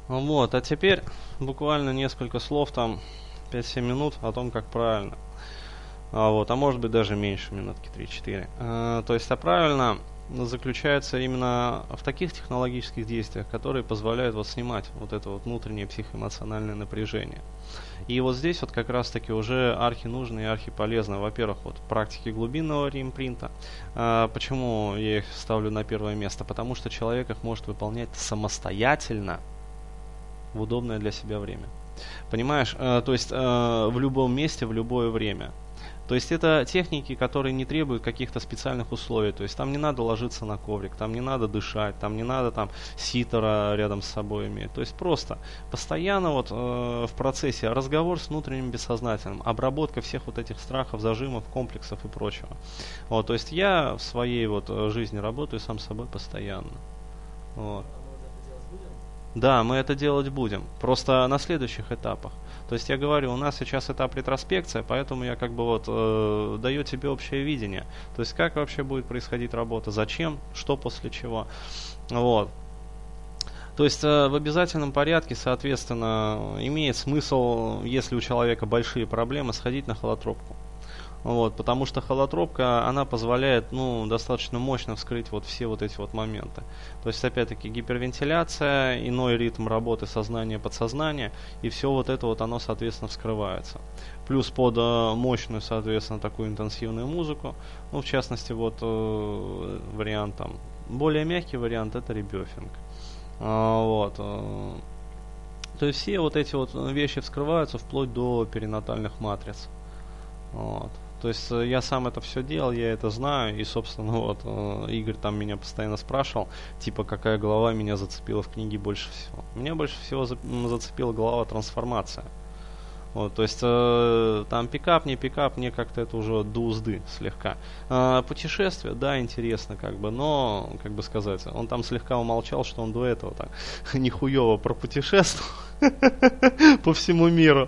Вот, а теперь буквально несколько слов, там 5-7 минут о том, как правильно. Вот, а может быть даже меньше, минутки 3-4. То есть, правильно заключается именно в таких технологических действиях, которые позволяют вот снимать вот это вот внутреннее психоэмоциональное напряжение. И вот здесь вот как раз таки уже архи нужно и архи полезно. Во-первых, вот практики глубинного реимпринта. Почему я их ставлю на первое место? Потому что человек их может выполнять самостоятельно в удобное для себя время. Понимаешь? То есть в любом месте, в любое время. То есть это техники, которые не требуют каких-то специальных условий. То есть там не надо ложиться на коврик, там не надо дышать, там не надо там ситера рядом с собой иметь. То есть просто постоянно вот в процессе разговор с внутренним бессознательным, обработка всех вот этих страхов, зажимов, комплексов и прочего. Вот, то есть я в своей вот жизни работаю сам с собой постоянно. Вот. Да, мы это делать будем. Просто на следующих этапах. То есть я говорю, у нас сейчас этап ретроспекция, поэтому я как бы вот даю тебе общее видение. То есть как вообще будет происходить работа, зачем, что после чего. Вот. То есть в обязательном порядке, соответственно, имеет смысл, если у человека большие проблемы, сходить на холотропку. Вот, потому что холотропка, она позволяет, достаточно мощно вскрыть вот все вот эти вот моменты. То есть, опять-таки, гипервентиляция, иной ритм работы сознания, подсознания, и все вот это вот оно, соответственно, вскрывается. Плюс под мощную, соответственно, такую интенсивную музыку, в частности, вот вариант там, более мягкий вариант, это ребёфинг. Вот. То есть, все вот эти вот вещи вскрываются вплоть до перинатальных матриц. Вот. То есть я сам это все делал, я это знаю, и, собственно, вот Игорь там меня постоянно спрашивал, типа, какая глава меня зацепила в книге больше всего. Меня больше всего зацепила глава «Трансформация». Вот, то есть там пикап, не пикап, мне как-то это уже до узды слегка. Путешествие, да, интересно, как бы, но, как бы сказать, он там слегка умолчал, что он до этого так нихуево пропутешествовал по всему миру.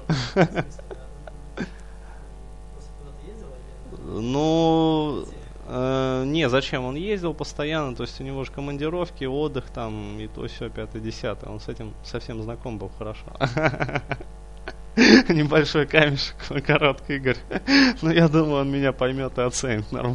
Не, зачем? Он ездил постоянно, то есть у него же командировки, отдых там, и то все, 5-10. Он с этим совсем знаком был хорошо. Небольшой камешек, короткий Игорь. Но я думаю, он меня поймет и оценит нормально.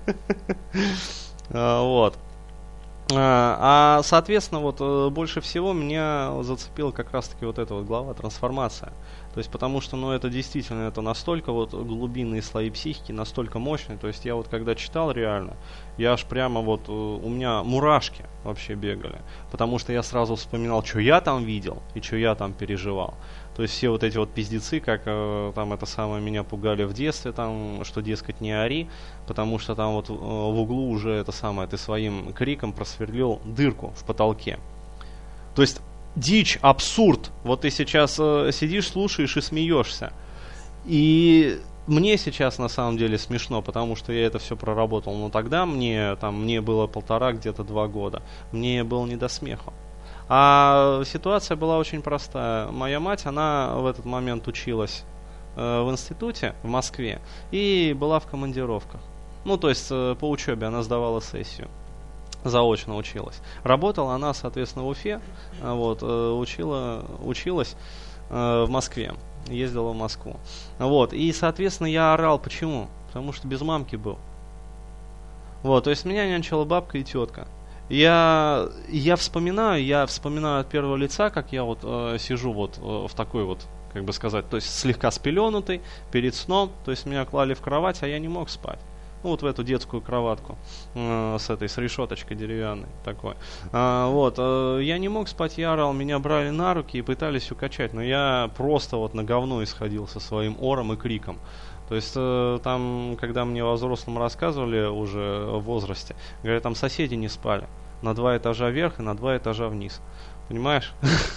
Вот. Соответственно, вот больше всего меня зацепила как раз-таки вот эта вот глава «Трансформация». То есть, потому что, это действительно, это настолько вот глубинные слои психики, настолько мощные. То есть, я вот когда читал реально, я аж прямо вот, у меня мурашки вообще бегали. Потому что я сразу вспоминал, что я там видел и что я там переживал. То есть, все вот эти вот пиздецы, как там это самое меня пугали в детстве, там, что, дескать, не ори, потому что там вот в углу уже это самое, ты своим криком просверлил дырку в потолке. То есть, дичь, абсурд. Вот ты сейчас сидишь, слушаешь и смеешься. И мне сейчас на самом деле смешно, потому что я это все проработал. Но тогда мне было 1,5, где-то 2 года. Мне было не до смеху. А ситуация была очень простая. Моя мать, она в этот момент училась в институте в Москве и была в командировках. То есть по учебе она сдавала сессию. Заочно училась. Работала она, соответственно, в Уфе, вот, училась в Москве, ездила в Москву. Вот, и, соответственно, я орал. Почему? Потому что без мамки был. Вот, то есть меня нянчила бабка и тетка. Я вспоминаю от первого лица, как я вот сижу вот в такой вот, как бы сказать, то есть слегка спеленутый перед сном, то есть меня клали в кровать, а я не мог спать. Вот в эту детскую кроватку с решеточкой деревянной такой. Я не мог спать, я орал, меня брали на руки и пытались укачать, но я просто вот на говно исходил со своим ором и криком. То есть там, когда мне во взрослом рассказывали уже в возрасте, говорят, там соседи не спали. На 2 этажа вверх и на 2 этажа вниз. Понимаешь?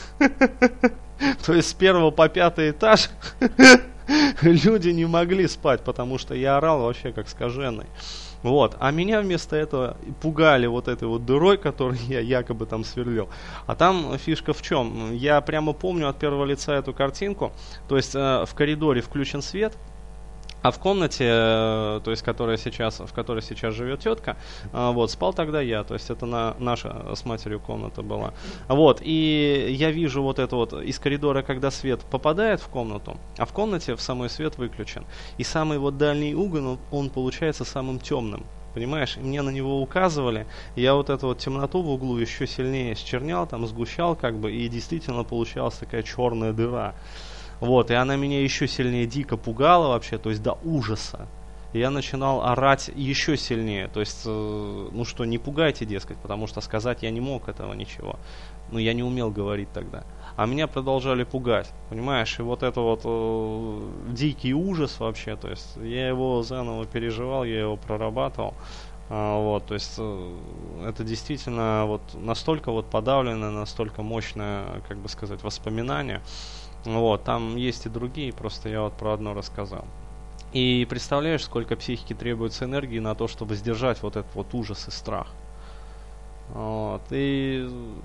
То есть с 1 по 5 этаж люди не могли спать, потому что я орал вообще как скаженный. Вот. А меня вместо этого пугали вот этой вот дырой, которую я якобы там сверлил. А там фишка в чем? Я прямо помню от первого лица эту картинку. То есть в коридоре включен свет, А в комнате, то есть, в которой сейчас живет тетка, вот, спал тогда я, то есть это наша с матерью комната была. Вот, и я вижу вот это вот из коридора, когда свет попадает в комнату, а в комнате в самой свет выключен. И самый вот дальний угол, он получается самым темным. Понимаешь, и мне на него указывали, и я вот эту вот темноту в углу еще сильнее счернял, там сгущал как бы, и действительно получалась такая черная дыра. Вот, и она меня еще сильнее дико пугала вообще, то есть до ужаса. И я начинал орать еще сильнее, то есть, ну что, не пугайте, дескать, потому что сказать я не мог этого ничего. Ну, я не умел говорить тогда. А меня продолжали пугать, понимаешь, и вот это вот дикий ужас вообще, то есть, я его заново переживал, я его прорабатывал. Вот, то есть это действительно вот настолько вот подавленное, настолько мощное, как бы сказать, воспоминание. Вот, там есть и другие, просто я вот про одно рассказал. И представляешь, сколько психики требуется энергии на то, чтобы сдержать вот этот вот ужас и страх. Вот, и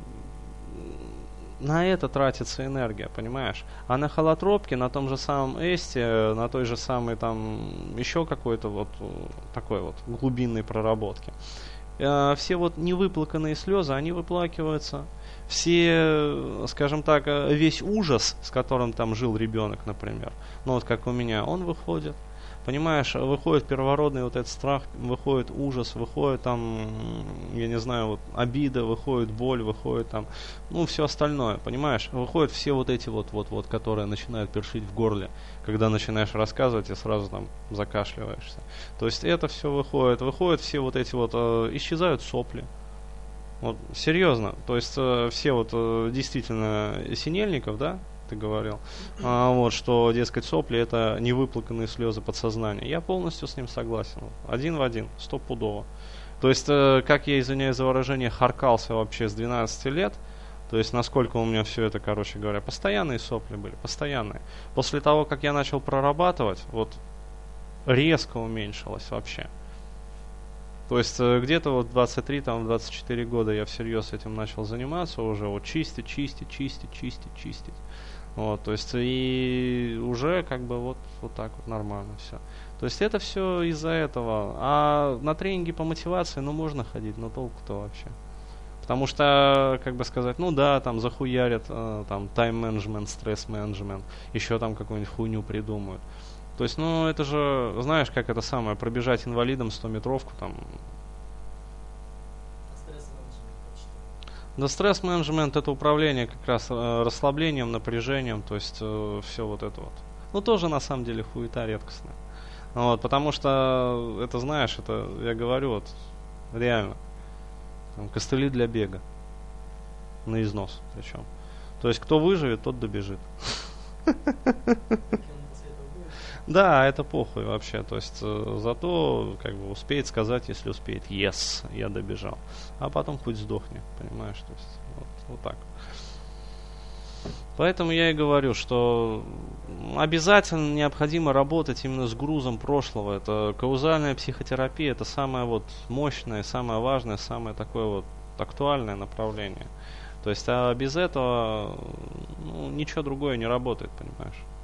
на это тратится энергия, понимаешь? А на холотропке, на том же самом эсте, на той же самой там еще какой-то вот такой вот глубинной проработке, все вот невыплаканные слезы, они выплакиваются. Все, скажем так, весь ужас, с которым там жил ребенок, например, ну вот как у меня, он выходит. Понимаешь, выходит первородный вот этот страх, выходит ужас, выходит там, я не знаю, вот обида, выходит боль, выходит там, ну все остальное, понимаешь? Выходят все вот эти вот, которые начинают першить в горле, когда начинаешь рассказывать и сразу там закашливаешься. То есть это все выходит все вот эти вот, исчезают сопли. Вот, серьезно, то есть все вот действительно Синельников, да, ты говорил, вот, что, дескать, сопли это невыплаканные слезы подсознания. Я полностью с ним согласен. Один в один, стопудово. То есть, как я, извиняюсь за выражение, харкался вообще с 12 лет, то есть, насколько у меня все это, короче говоря, постоянные сопли были, постоянные. После того, как я начал прорабатывать, вот, резко уменьшилось вообще. То есть где-то вот 23, там 24 года я всерьез этим начал заниматься уже, вот чистить. Вот, то есть и уже как бы вот так вот нормально все. То есть это все из-за этого. А на тренинги по мотивации, ну можно ходить, но толку-то вообще. Потому что, как бы сказать, ну да, там захуярят, там тайм-менеджмент, стресс-менеджмент, еще там какую-нибудь хуйню придумают. То есть, ну, это же, знаешь, как это самое, пробежать инвалидом 100-метровку там. Да, стресс-менеджмент это управление как раз расслаблением, напряжением, то есть все вот это вот. Ну, тоже на самом деле хуета редкостная. Вот, потому что, это знаешь, это, я говорю, вот, реально, там, костыли для бега, на износ причем. То есть, кто выживет, тот добежит. Да, это похуй вообще. То есть зато как бы успеет сказать, если успеет, yes, я добежал. А потом хоть сдохни, понимаешь? То есть вот так. Поэтому я и говорю, что обязательно необходимо работать именно с грузом прошлого. Это каузальная психотерапия, это самое вот мощное, самое важное, самое такое вот актуальное направление. То есть, а без этого ну, ничего другое не работает, понимаешь?